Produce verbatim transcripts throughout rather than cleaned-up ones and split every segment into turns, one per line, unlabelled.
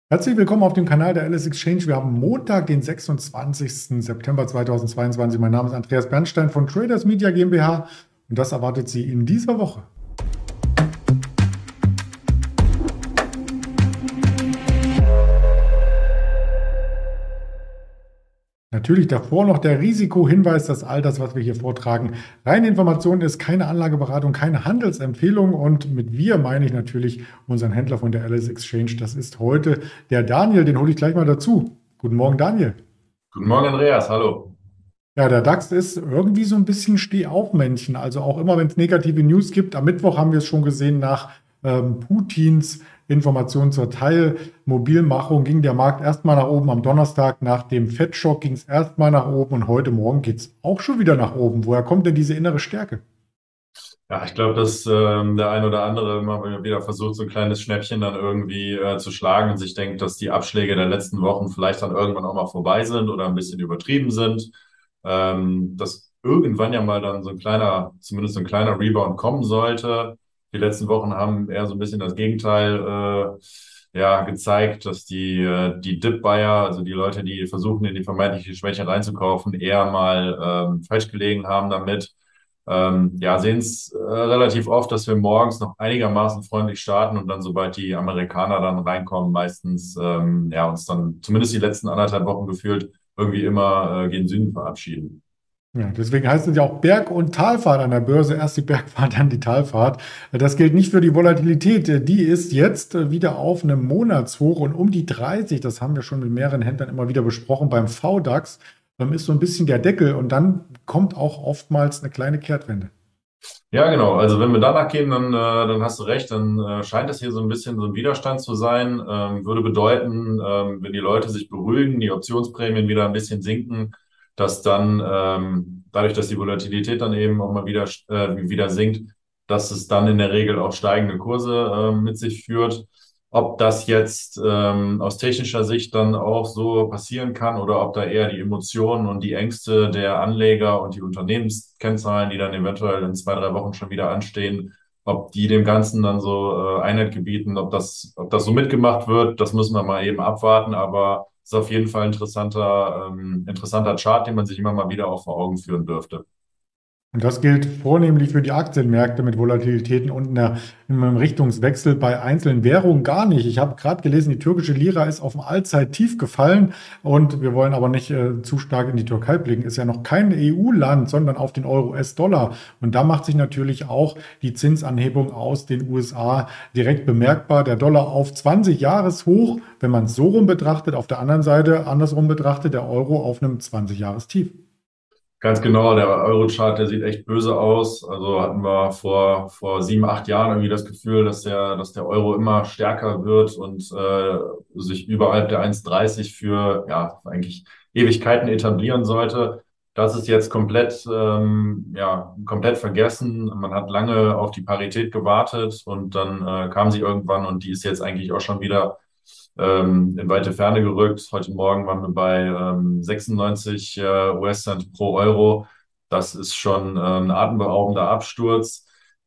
Herzlich willkommen auf dem Kanal der Alice Exchange. Wir haben Montag, den sechsundzwanzigsten September zweitausendzweiundzwanzig. Mein Name ist Andreas Bernstein von Traders Media GmbH und das erwartet Sie in dieser Woche. Natürlich davor noch der Risikohinweis, dass all das, was wir hier vortragen, reine Information ist, keine Anlageberatung, keine Handelsempfehlung. Und mit wir meine ich natürlich unseren Händler von der Alice Exchange. Das ist heute der Daniel, den hole ich gleich mal dazu. Guten Morgen, Daniel.
Guten Morgen, Andreas. Hallo.
Ja, der DAX ist irgendwie so ein bisschen Stehaufmännchen. Also auch immer, wenn es negative News gibt. Am Mittwoch haben wir es schon gesehen, nach ähm, Putins Informationen zur Teilmobilmachung ging der Markt erstmal nach oben. Am Donnerstag nach dem Fed-Schock ging es erstmal nach oben und heute Morgen geht es auch schon wieder nach oben. Woher kommt denn diese innere Stärke?
Ja, ich glaube, dass ähm, der ein oder andere immer wieder versucht, so ein kleines Schnäppchen dann irgendwie äh, zu schlagen und sich denkt, dass die Abschläge der letzten Wochen vielleicht dann irgendwann auch mal vorbei sind oder ein bisschen übertrieben sind. Ähm, dass irgendwann ja mal dann so ein kleiner, zumindest so ein kleiner Rebound kommen sollte. Die letzten Wochen haben eher so ein bisschen das Gegenteil äh, ja, gezeigt, dass die, äh, die Dip-Buyer, also die Leute, die versuchen, in die vermeintliche Schwäche reinzukaufen, eher mal ähm, falsch gelegen haben damit. Ähm, ja, sehen es äh, relativ oft, dass wir morgens noch einigermaßen freundlich starten und dann, sobald die Amerikaner dann reinkommen, meistens ähm, ja uns dann zumindest die letzten anderthalb Wochen gefühlt irgendwie immer äh, gen Süden verabschieden.
Ja, deswegen heißt es ja auch Berg- und Talfahrt an der Börse. Erst die Bergfahrt, dann die Talfahrt. Das gilt nicht für die Volatilität. Die ist jetzt wieder auf einem Monatshoch und um die dreißig. Das haben wir schon mit mehreren Händlern immer wieder besprochen. Beim V DAX ähm, ist so ein bisschen der Deckel und dann kommt auch oftmals eine kleine Kehrtwende.
Ja, genau. Also wenn wir danach gehen, dann, äh, dann hast du recht. Dann äh, scheint es hier so ein bisschen so ein Widerstand zu sein. Ähm, würde bedeuten, ähm, wenn die Leute sich beruhigen, die Optionsprämien wieder ein bisschen sinken, dass dann ähm, dadurch, dass die Volatilität dann eben auch mal wieder äh, wieder sinkt, dass es dann in der Regel auch steigende Kurse äh, mit sich führt. Ob das jetzt ähm, aus technischer Sicht dann auch so passieren kann oder ob da eher die Emotionen und die Ängste der Anleger und die Unternehmenskennzahlen, die dann eventuell in zwei, drei Wochen schon wieder anstehen, ob die dem Ganzen dann so äh, Einhalt gebieten, ob das, ob das so mitgemacht wird, das müssen wir mal eben abwarten. Aber es ist auf jeden Fall ein interessanter, ähm, interessanter Chart, den man sich immer mal wieder auch vor Augen führen dürfte.
Und das gilt vornehmlich für die Aktienmärkte mit Volatilitäten und einer, einem Richtungswechsel bei einzelnen Währungen gar nicht. Ich habe gerade gelesen, die türkische Lira ist auf ein Allzeittief gefallen und wir wollen aber nicht äh, zu stark in die Türkei blicken. Ist ja noch kein E U-Land, sondern auf den Euro-U S-Dollar. Und da macht sich natürlich auch die Zinsanhebung aus den U S A direkt bemerkbar. Der Dollar auf zwanzig Jahreshoch, wenn man es so rum betrachtet, auf der anderen Seite andersrum betrachtet, der Euro auf einem zwanzig Jahrestief.
Ganz genau, der Eurochart, der sieht echt böse aus. Also hatten wir vor, vor sieben, acht Jahren irgendwie das Gefühl, dass der, dass der Euro immer stärker wird und äh, sich überhalb der eins Komma dreißig für ja eigentlich Ewigkeiten etablieren sollte. Das ist jetzt komplett, ähm, ja, komplett vergessen. Man hat lange auf die Parität gewartet und dann äh, kam sie irgendwann und die ist jetzt eigentlich auch schon wieder ähm, in weite Ferne gerückt. Heute Morgen waren wir bei ähm, sechsundneunzig äh, U S-Cent pro Euro. Das ist schon äh, ein atemberaubender Absturz,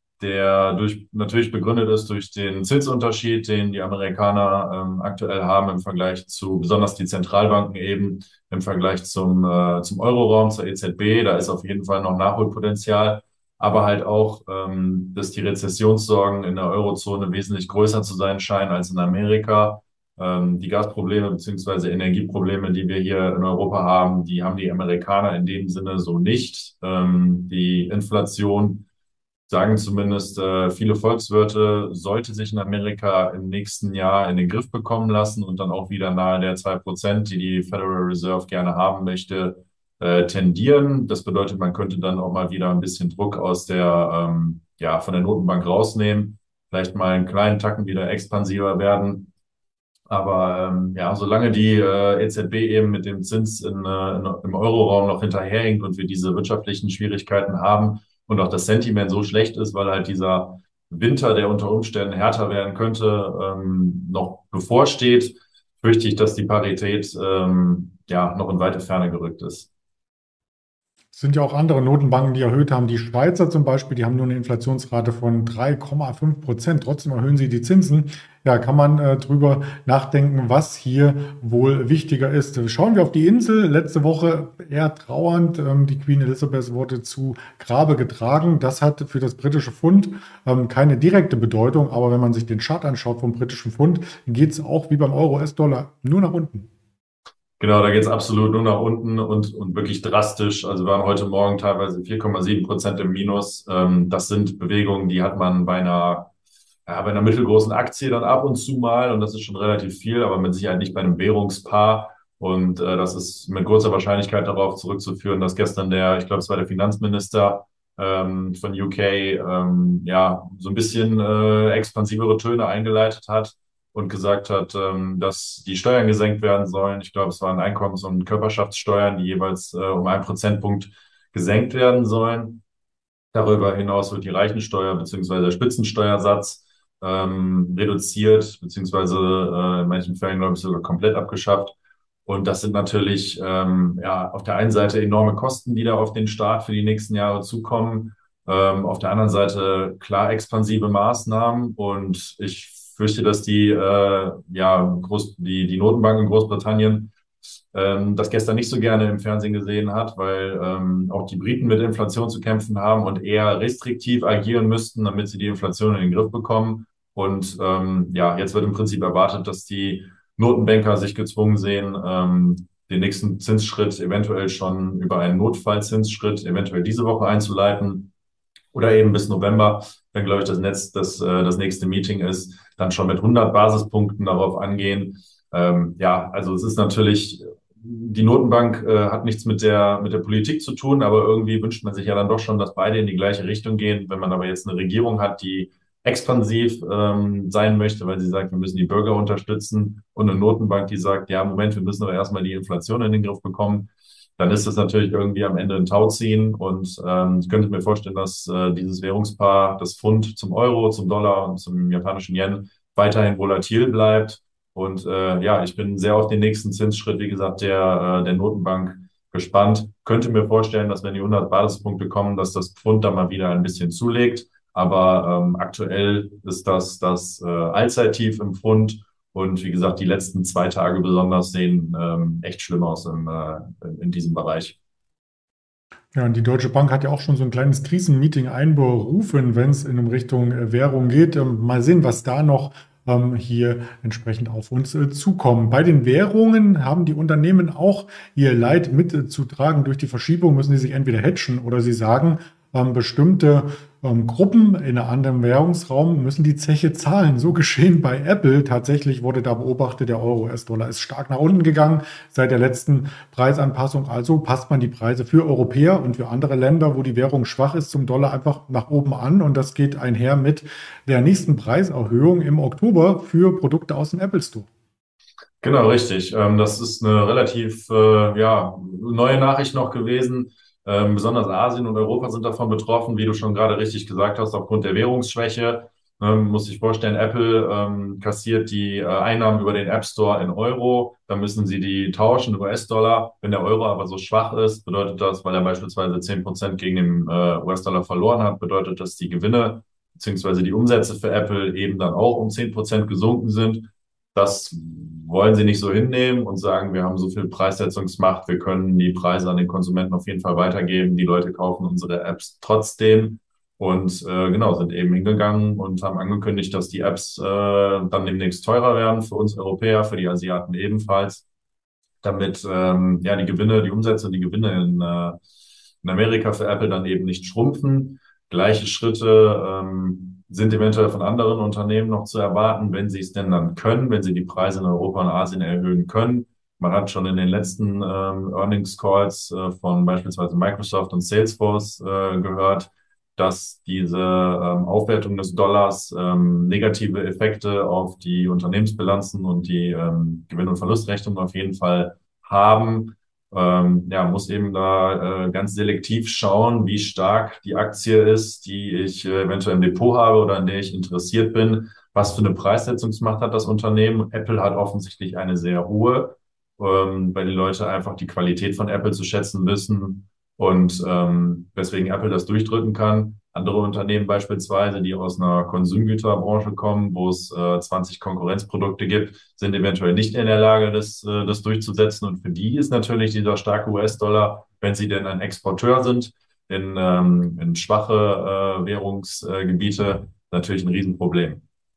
der durch, natürlich begründet ist durch den Zinsunterschied, den die Amerikaner ähm, aktuell haben im Vergleich zu, besonders die Zentralbanken eben, im Vergleich zum, äh, zum Euroraum, zur E Z B. Da ist auf jeden Fall noch Nachholpotenzial. Aber halt auch, ähm, dass die Rezessionssorgen in der Eurozone wesentlich größer zu sein scheinen als in Amerika. Ähm, die Gasprobleme beziehungsweise Energieprobleme, die wir hier in Europa haben, die haben die Amerikaner in dem Sinne so nicht. Ähm, die Inflation, sagen zumindest äh, viele Volkswirte, sollte sich in Amerika im nächsten Jahr in den Griff bekommen lassen und dann auch wieder nahe der zwei Prozent, die die Federal Reserve gerne haben möchte, äh, tendieren. Das bedeutet, man könnte dann auch mal wieder ein bisschen Druck aus der, ähm, ja, von der Notenbank rausnehmen, vielleicht mal einen kleinen Tacken wieder expansiver werden. Aber ähm, ja, solange die äh, E Z B eben mit dem Zins in, äh, in, im Euroraum noch hinterherhinkt und wir diese wirtschaftlichen Schwierigkeiten haben und auch das Sentiment so schlecht ist, weil halt dieser Winter, der unter Umständen härter werden könnte, ähm, noch bevorsteht, fürchte ich, dass die Parität ähm, ja noch in weite Ferne gerückt ist.
Es sind ja auch andere Notenbanken, die erhöht haben. Die Schweizer zum Beispiel, die haben nur eine Inflationsrate von drei Komma fünf Prozent. Trotzdem erhöhen sie die Zinsen. Ja, kann man äh, drüber nachdenken, was hier wohl wichtiger ist. Schauen wir auf die Insel. Letzte Woche eher trauernd. Ähm, die Queen Elizabeth wurde zu Grabe getragen. Das hat für das britische Pfund ähm, keine direkte Bedeutung. Aber wenn man sich den Chart anschaut vom britischen Pfund, geht es auch wie beim Euro-U S-Dollar nur nach unten.
Genau, da geht es absolut nur nach unten und, und wirklich drastisch. Also wir waren heute Morgen teilweise vier Komma sieben Prozent im Minus. Ähm, das sind Bewegungen, die hat man bei einer, ja, bei einer mittelgroßen Aktie dann ab und zu mal und das ist schon relativ viel, aber mit Sicherheit nicht bei einem Währungspaar. Und äh, das ist mit großer Wahrscheinlichkeit darauf zurückzuführen, dass gestern der, ich glaube, es war der Finanzminister ähm, von U K, ähm, ja, so ein bisschen äh, expansivere Töne eingeleitet hat und gesagt hat, ähm, dass die Steuern gesenkt werden sollen. Ich glaube, es waren Einkommens- und Körperschaftssteuern, die jeweils äh, um einen Prozentpunkt gesenkt werden sollen. Darüber hinaus wird die Reichensteuer beziehungsweise der Spitzensteuersatz ähm, reduziert, beziehungsweise äh, in manchen Fällen, glaube ich, sogar komplett abgeschafft. Und das sind natürlich ähm, ja auf der einen Seite enorme Kosten, die da auf den Staat für die nächsten Jahre zukommen. Ähm, auf der anderen Seite klar expansive Maßnahmen. Und ich fürchte, dass die äh, ja groß, die die Notenbank in Großbritannien ähm, das gestern nicht so gerne im Fernsehen gesehen hat, weil ähm, auch die Briten mit Inflation zu kämpfen haben und eher restriktiv agieren müssten, damit sie die Inflation in den Griff bekommen. Und ähm, ja, jetzt wird im Prinzip erwartet, dass die Notenbanker sich gezwungen sehen, ähm, den nächsten Zinsschritt eventuell schon über einen Notfallzinsschritt eventuell diese Woche einzuleiten oder eben bis November, wenn, glaube ich, das Netz, das, äh, das nächste Meeting ist, dann schon mit hundert Basispunkten darauf angehen. Ähm, ja, also es ist natürlich, die Notenbank äh, hat nichts mit der, mit der Politik zu tun, aber irgendwie wünscht man sich ja dann doch schon, dass beide in die gleiche Richtung gehen. Wenn man aber jetzt eine Regierung hat, die expansiv ähm, sein möchte, weil sie sagt, wir müssen die Bürger unterstützen und eine Notenbank, die sagt, ja, Moment, wir müssen aber erstmal die Inflation in den Griff bekommen, dann ist das natürlich irgendwie am Ende ein Tauziehen. Und ähm, ich könnte mir vorstellen, dass äh, dieses Währungspaar, das Pfund zum Euro, zum Dollar und zum japanischen Yen weiterhin volatil bleibt. Und äh, ja, ich bin sehr auf den nächsten Zinsschritt, wie gesagt, der, äh, der Notenbank gespannt. Könnte mir vorstellen, dass wenn die hundert Basispunkte kommen, dass das Pfund dann mal wieder ein bisschen zulegt. Aber ähm, aktuell ist das das äh, Allzeittief im Pfund. Und wie gesagt, die letzten zwei Tage besonders sehen ähm, echt schlimm aus im, äh, in diesem Bereich.
Ja, und die Deutsche Bank hat ja auch schon so ein kleines Krisenmeeting einberufen, wenn es in Richtung äh, Währung geht. Ähm, mal sehen, was da noch ähm, hier entsprechend auf uns äh, zukommen. Bei den Währungen haben die Unternehmen auch ihr Leid mitzutragen. Durch die Verschiebung müssen sie sich entweder hedgen oder sie sagen, ähm, bestimmte ähm, Gruppen in einem anderen Währungsraum müssen die Zeche zahlen. So geschehen bei Apple. Tatsächlich wurde da beobachtet, der Euro-U S-Dollar ist stark nach unten gegangen seit der letzten Preisanpassung. Also passt man die Preise für Europäer und für andere Länder, wo die Währung schwach ist, zum Dollar einfach nach oben an. Und das geht einher mit der nächsten Preiserhöhung im Oktober für Produkte aus dem Apple Store.
Genau, richtig. Ähm, das ist eine relativ äh, ja, neue Nachricht noch gewesen. Ähm, besonders Asien und Europa sind davon betroffen, wie du schon gerade richtig gesagt hast, aufgrund der Währungsschwäche. Ähm, muss sich vorstellen, Apple ähm, kassiert die äh, Einnahmen über den App Store in Euro. Dann müssen sie die tauschen in U S-Dollar. Wenn der Euro aber so schwach ist, bedeutet das, weil er beispielsweise zehn Prozent gegen den äh, U S-Dollar verloren hat, bedeutet das, die Gewinne beziehungsweise die Umsätze für Apple eben dann auch um zehn Prozent gesunken sind. Das wollen sie nicht so hinnehmen und sagen, wir haben so viel Preissetzungsmacht, wir können die Preise an den Konsumenten auf jeden Fall weitergeben. Die Leute kaufen unsere Apps trotzdem und äh, genau, sind eben hingegangen und haben angekündigt, dass die Apps äh, dann demnächst teurer werden für uns Europäer, für die Asiaten ebenfalls, damit ähm, ja die Gewinne, die Umsätze, die Gewinne in, äh, in Amerika für Apple dann eben nicht schrumpfen. Gleiche Schritte ähm, sind eventuell von anderen Unternehmen noch zu erwarten, wenn sie es denn dann können, wenn sie die Preise in Europa und Asien erhöhen können. Man hat schon in den letzten ähm, Earnings Calls äh, von beispielsweise Microsoft und Salesforce äh, gehört, dass diese ähm, Aufwertung des Dollars ähm, negative Effekte auf die Unternehmensbilanzen und die ähm, Gewinn- und Verlustrechnung auf jeden Fall haben. Ähm, ja, muss eben da äh, ganz selektiv schauen, wie stark die Aktie ist, die ich äh, eventuell im Depot habe oder an der ich interessiert bin. Was für eine Preissetzungsmacht hat das Unternehmen? Apple hat offensichtlich eine sehr hohe, ähm, weil die Leute einfach die Qualität von Apple zu schätzen wissen. und ähm, weswegen Apple das durchdrücken kann. Andere Unternehmen beispielsweise, die aus einer Konsumgüterbranche kommen, wo es äh, zwanzig Konkurrenzprodukte gibt, sind eventuell nicht in der Lage, das, äh, das durchzusetzen. Und für die ist natürlich dieser starke U S-Dollar, wenn sie denn ein Exporteur sind, in, ähm, in schwache äh, Währungsgebiete, natürlich ein Riesenproblem.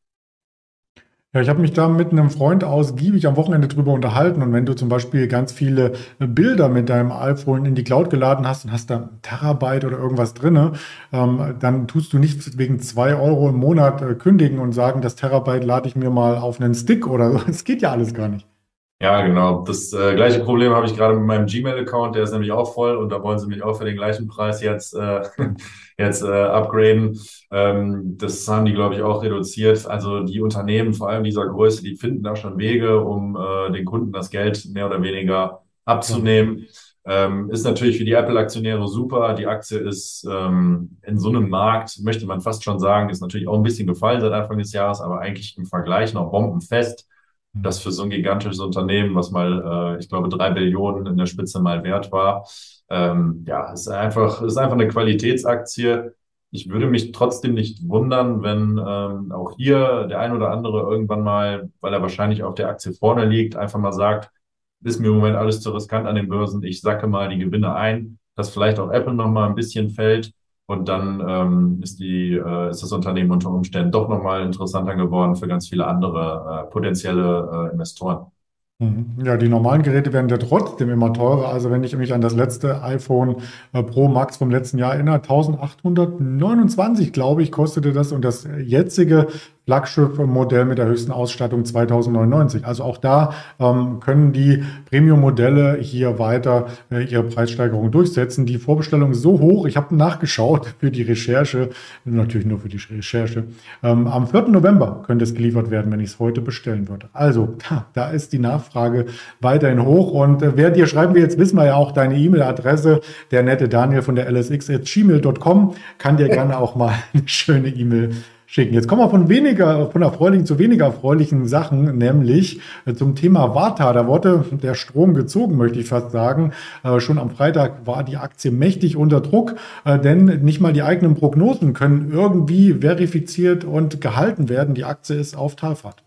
Ja, ich habe mich da mit einem Freund ausgiebig am Wochenende drüber unterhalten. Und wenn du zum Beispiel ganz viele Bilder mit deinem iPhone in die Cloud geladen hast und hast da ein Terabyte oder irgendwas drinne, ähm, dann tust du nicht wegen zwei Euro im Monat äh, kündigen und sagen, das Terabyte lade ich mir mal auf einen Stick oder so. Das geht ja alles gar nicht.
Ja, genau. Das äh, gleiche Problem habe ich gerade mit meinem Gmail-Account, der ist nämlich auch voll und da wollen sie mich auch für den gleichen Preis jetzt, äh, jetzt äh, upgraden. Ähm, das haben die, glaube ich, auch reduziert. Also die Unternehmen, vor allem dieser Größe, die finden da schon Wege, um äh, den Kunden das Geld mehr oder weniger
Klar.
abzunehmen. Ähm, ist natürlich für die Apple-Aktionäre super. Die Aktie ist ähm, in so einem Markt, möchte man fast schon sagen, ist natürlich auch ein bisschen gefallen seit Anfang des Jahres, aber eigentlich im Vergleich noch bombenfest, das für so ein gigantisches Unternehmen, was mal, äh, ich glaube, drei Billionen in der Spitze mal wert war. Ähm, ja, ist einfach, ist einfach eine Qualitätsaktie. Ich würde mich trotzdem nicht wundern, wenn ähm, auch hier der ein oder andere irgendwann mal, weil er wahrscheinlich auf der Aktie vorne liegt, einfach mal sagt, ist mir im Moment alles zu riskant an den Börsen, ich sacke mal die Gewinne ein, dass vielleicht auch Apple noch mal ein bisschen fällt und dann ähm, ist die, äh, ist das Unternehmen unter Umständen doch noch mal interessanter geworden für ganz viele andere äh, potenzielle äh, Investoren.
Mhm. Ja, die normalen Geräte werden ja trotzdem immer teurer. Also wenn ich mich an das letzte iPhone äh, Pro Max vom letzten Jahr erinnere, eintausendachthundertneunundzwanzig, glaube ich, kostete das und das jetzige Flaggschiff-Modell mit der höchsten Ausstattung zweitausendneunundneunzig. Also auch da ähm, können die Premium-Modelle hier weiter äh, ihre Preissteigerung durchsetzen. Die Vorbestellung ist so hoch, ich habe nachgeschaut für die Recherche, natürlich nur für die Recherche. Ähm, am vierten November könnte es geliefert werden, wenn ich es heute bestellen würde. Also, da, da ist die Nachfrage weiterhin hoch. Und äh, wer dir schreiben will, jetzt wissen wir ja auch deine E-Mail-Adresse. Der nette Daniel von der L S X at gmail Punkt com kann dir gerne auch mal eine schöne E-Mail schicken. Jetzt kommen wir von weniger, von erfreulichen zu weniger erfreulichen Sachen, nämlich äh, zum Thema Warta. Da wurde der Strom gezogen, möchte ich fast sagen. Äh, schon am Freitag war die Aktie mächtig unter Druck, äh, denn nicht mal die eigenen Prognosen können irgendwie verifiziert und gehalten werden. Die Aktie ist auf Talfahrt.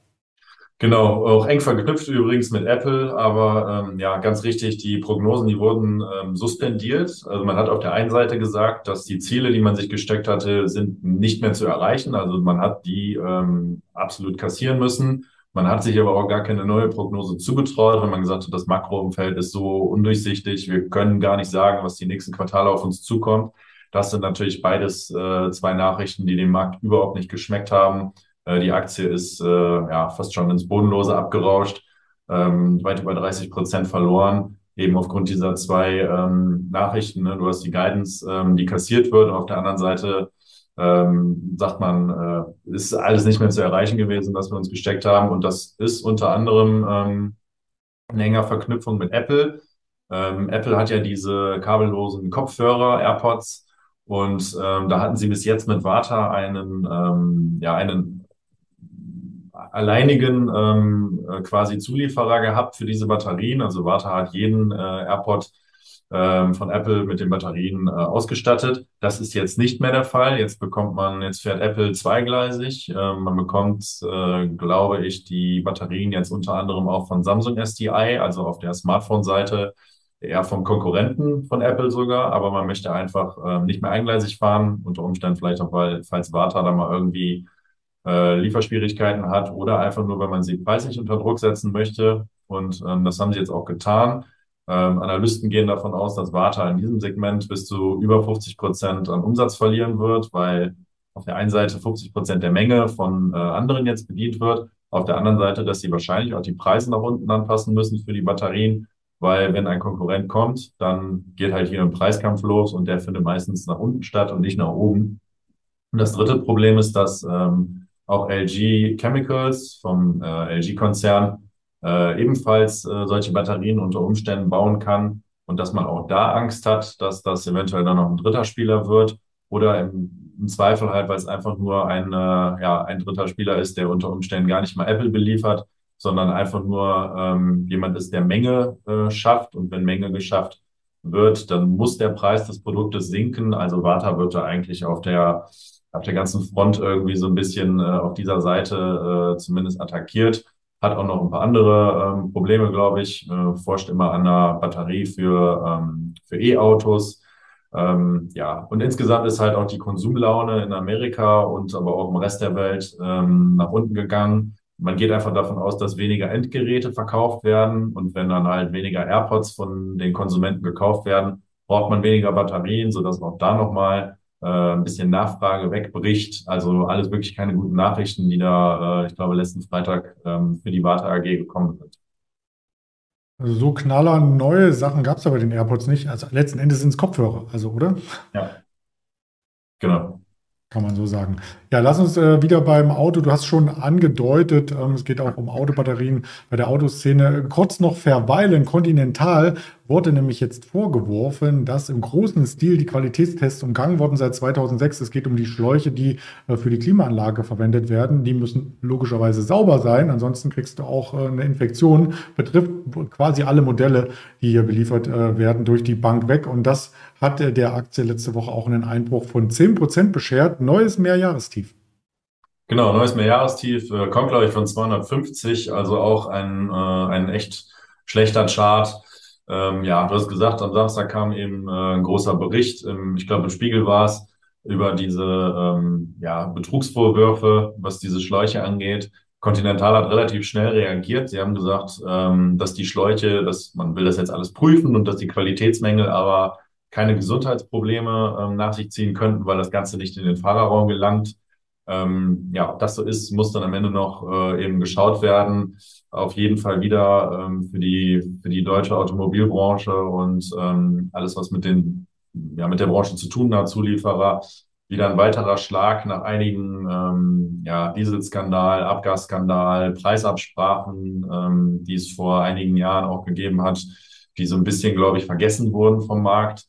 Genau, auch eng verknüpft übrigens mit Apple, aber ähm, ja, ganz richtig, die Prognosen, die wurden ähm, suspendiert. Also man hat auf der einen Seite gesagt, dass die Ziele, die man sich gesteckt hatte, sind nicht mehr zu erreichen. Also man hat die ähm, absolut kassieren müssen. Man hat sich aber auch gar keine neue Prognose zugetraut, weil man gesagt hat, das Makroumfeld ist so undurchsichtig, wir können gar nicht sagen, was die nächsten Quartale auf uns zukommt. Das sind natürlich beides äh, zwei Nachrichten, die dem Markt überhaupt nicht geschmeckt haben. Die Aktie ist äh, ja fast schon ins Bodenlose abgerauscht, ähm, weit über dreißig Prozent verloren, eben aufgrund dieser zwei ähm, Nachrichten. Ne? Du hast die Guidance, ähm, die kassiert wird. Auf der anderen Seite ähm, sagt man, äh, ist alles nicht mehr zu erreichen gewesen, was wir uns gesteckt haben. Und das ist unter anderem ähm, in enger Verknüpfung mit Apple. Ähm, Apple hat ja diese kabellosen Kopfhörer, AirPods. Und ähm, da hatten sie bis jetzt mit Warta einen, ähm, ja, einen alleinigen ähm, äh, quasi Zulieferer gehabt für diese Batterien. Also Warta hat jeden äh, AirPod ähm, von Apple mit den Batterien äh, ausgestattet. Das ist jetzt nicht mehr der Fall. Jetzt bekommt man, jetzt fährt Apple zweigleisig. Ähm, man bekommt, äh, glaube ich, die Batterien jetzt unter anderem auch von Samsung S D I, also auf der Smartphone-Seite eher vom Konkurrenten von Apple sogar, aber man möchte einfach ähm, nicht mehr eingleisig fahren, unter Umständen vielleicht auch, weil, falls Warta da mal irgendwie äh, Lieferschwierigkeiten hat oder einfach nur, wenn man sie preislich unter Druck setzen möchte. Und ähm, das haben sie jetzt auch getan. Ähm, Analysten gehen davon aus, dass Warta in diesem Segment bis zu über fünfzig Prozent an Umsatz verlieren wird, weil auf der einen Seite fünfzig Prozent der Menge von äh, anderen jetzt bedient wird, auf der anderen Seite, dass sie wahrscheinlich auch die Preise nach unten anpassen müssen für die Batterien, weil wenn ein Konkurrent kommt, dann geht halt hier ein Preiskampf los und der findet meistens nach unten statt und nicht nach oben. Und das dritte Problem ist, dass ähm, auch L G Chemicals vom äh, L G-Konzern äh, ebenfalls äh, solche Batterien unter Umständen bauen kann und dass man auch da Angst hat, dass das eventuell dann noch ein dritter Spieler wird oder im, im Zweifel halt, weil es einfach nur ein, äh, ja, ein dritter Spieler ist, der unter Umständen gar nicht mal Apple beliefert, sondern einfach nur ähm, jemand ist, der Menge äh, schafft und wenn Menge geschafft, wird, dann muss der Preis des Produktes sinken. Also Warta wird da eigentlich auf der, auf der ganzen Front irgendwie so ein bisschen äh, auf dieser Seite äh, zumindest attackiert. Hat auch noch ein paar andere ähm, Probleme, glaube ich. Äh, forscht immer an einer Batterie für, ähm, für E-Autos. Ähm, ja, und insgesamt ist halt auch die Konsumlaune in Amerika und aber auch im Rest der Welt ähm, nach unten gegangen. Man geht einfach davon aus, dass weniger Endgeräte verkauft werden. Und wenn dann halt weniger AirPods von den Konsumenten gekauft werden, braucht man weniger Batterien, sodass auch da nochmal äh, ein bisschen Nachfrage wegbricht. Also alles wirklich keine guten Nachrichten, die da, äh, ich glaube, letzten Freitag ähm, für die Warta A G gekommen sind.
Also so knaller neue Sachen gab es aber bei den AirPods nicht. Also letzten Endes sind es Kopfhörer, also oder?
Ja, genau.
Kann man so sagen. Ja, lass uns äh, wieder beim Auto. Du hast schon angedeutet, ähm, es geht auch um Autobatterien bei der Autoszene. Kurz noch verweilen. Continental wurde nämlich jetzt vorgeworfen, dass im großen Stil die Qualitätstests umgangen wurden seit zweitausendsechs. Es geht um die Schläuche, die äh, für die Klimaanlage verwendet werden. Die müssen logischerweise sauber sein, ansonsten kriegst du auch äh, eine Infektion. Betrifft quasi alle Modelle, die hier beliefert äh, werden, durch die Bank weg. Und das hat äh, der Aktie letzte Woche auch einen Einbruch von zehn Prozent beschert. Neues Mehrjahrestief.
Genau, neues Mehrjahrestief, äh, kommt, glaube ich, von zweihundertfünfzig, also auch ein, äh, ein echt schlechter Chart. Ähm, ja, du hast gesagt, am Samstag kam eben äh, ein großer Bericht, im, ich glaube, im Spiegel war es, über diese ähm, ja, Betrugsvorwürfe, was diese Schläuche angeht. Continental hat relativ schnell reagiert. Sie haben gesagt, ähm, dass die Schläuche, dass man will das jetzt alles prüfen und dass die Qualitätsmängel aber keine Gesundheitsprobleme ähm, nach sich ziehen könnten, weil das Ganze nicht in den Fahrerraum gelangt. Ähm, ja, ob das so ist, muss dann am Ende noch äh, eben geschaut werden. Auf jeden Fall wieder ähm, für die für die deutsche Automobilbranche und ähm, alles, was mit den ja mit der Branche zu tun hat, Zulieferer, wieder ein weiterer Schlag nach einigen ähm, ja Dieselskandal, Abgasskandal, Preisabsprachen, ähm, die es vor einigen Jahren auch gegeben hat, die so ein bisschen, glaube ich, vergessen wurden vom Markt.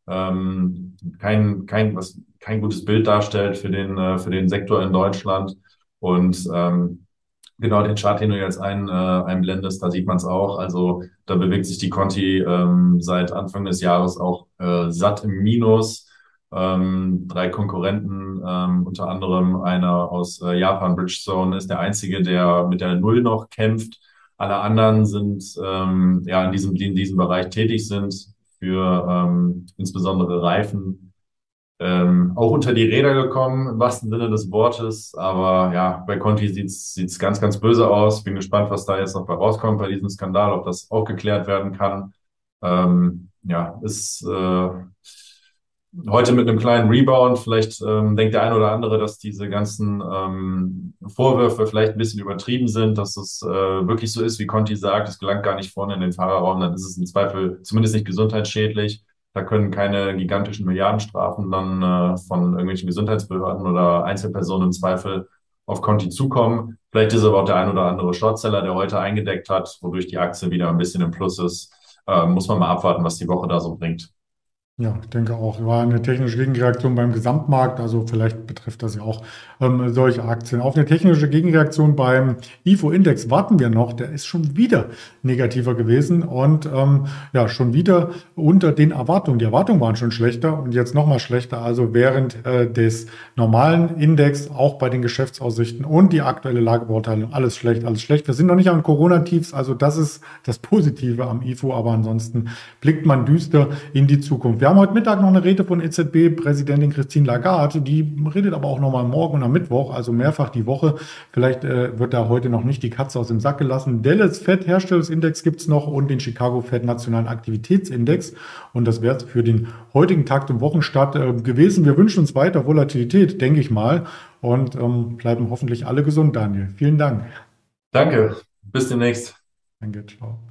Ähm, kein, kein, was kein gutes Bild darstellt für den, äh, für den Sektor in Deutschland. Und ähm, genau den Chart, den du jetzt ein, äh, einblendest, da sieht man es auch. Also da bewegt sich die Conti ähm, seit Anfang des Jahres auch äh, satt im Minus. Ähm, drei Konkurrenten, ähm, unter anderem einer aus äh, Japan, Bridgestone, ist der einzige, der mit der Null noch kämpft. Alle anderen sind ähm, ja in diesem, die in diesem Bereich tätig sind für ähm, insbesondere Reifen ähm, auch unter die Räder gekommen, im wahrsten Sinne des Wortes. Aber ja, bei Conti sieht's sieht's ganz, ganz böse aus. Bin gespannt, was da jetzt noch bei rauskommt bei diesem Skandal, ob das auch geklärt werden kann. Ähm, ja, ist äh, heute mit einem kleinen Rebound. Vielleicht ähm, denkt der eine oder andere, dass diese ganzen ähm, Vorwürfe vielleicht ein bisschen übertrieben sind, dass es äh, wirklich so ist, wie Conti sagt, es gelangt gar nicht vorne in den Fahrerraum, dann ist es im Zweifel zumindest nicht gesundheitsschädlich. Da können keine gigantischen Milliardenstrafen dann äh, von irgendwelchen Gesundheitsbehörden oder Einzelpersonen im Zweifel auf Conti zukommen. Vielleicht ist aber auch der ein oder andere Shortseller, der heute eingedeckt hat, wodurch die Aktie wieder ein bisschen im Plus ist. Äh, muss man mal abwarten, was die Woche da so bringt.
Ja, ich denke auch. War eine technische Gegenreaktion beim Gesamtmarkt, also vielleicht betrifft das ja auch ähm, solche Aktien. Auf eine technische Gegenreaktion beim I F O-Index warten wir noch. Der ist schon wieder negativer gewesen und ähm, ja, schon wieder unter den Erwartungen. Die Erwartungen waren schon schlechter und jetzt nochmal schlechter. Also während äh, des normalen Index, auch bei den Geschäftsaussichten und die aktuelle Lagebeurteilung, alles schlecht, alles schlecht. Wir sind noch nicht an Corona-Tiefs, also das ist das Positive am I F O, aber ansonsten blickt man düster in die Zukunft. Wir haben heute Mittag noch eine Rede von E Z B-Präsidentin Christine Lagarde, die redet aber auch noch mal morgen und am Mittwoch, also mehrfach die Woche. Vielleicht äh, wird da heute noch nicht die Katze aus dem Sack gelassen. Dallas Fed Herstellungsindex gibt es noch und den Chicago Fed Nationalen Aktivitätsindex. Und das wäre es für den heutigen Tag zum Wochenstart äh, gewesen. Wir wünschen uns weiter Volatilität, denke ich mal, und ähm, bleiben hoffentlich alle gesund, Daniel. Vielen Dank.
Danke, bis demnächst.
Danke, ciao.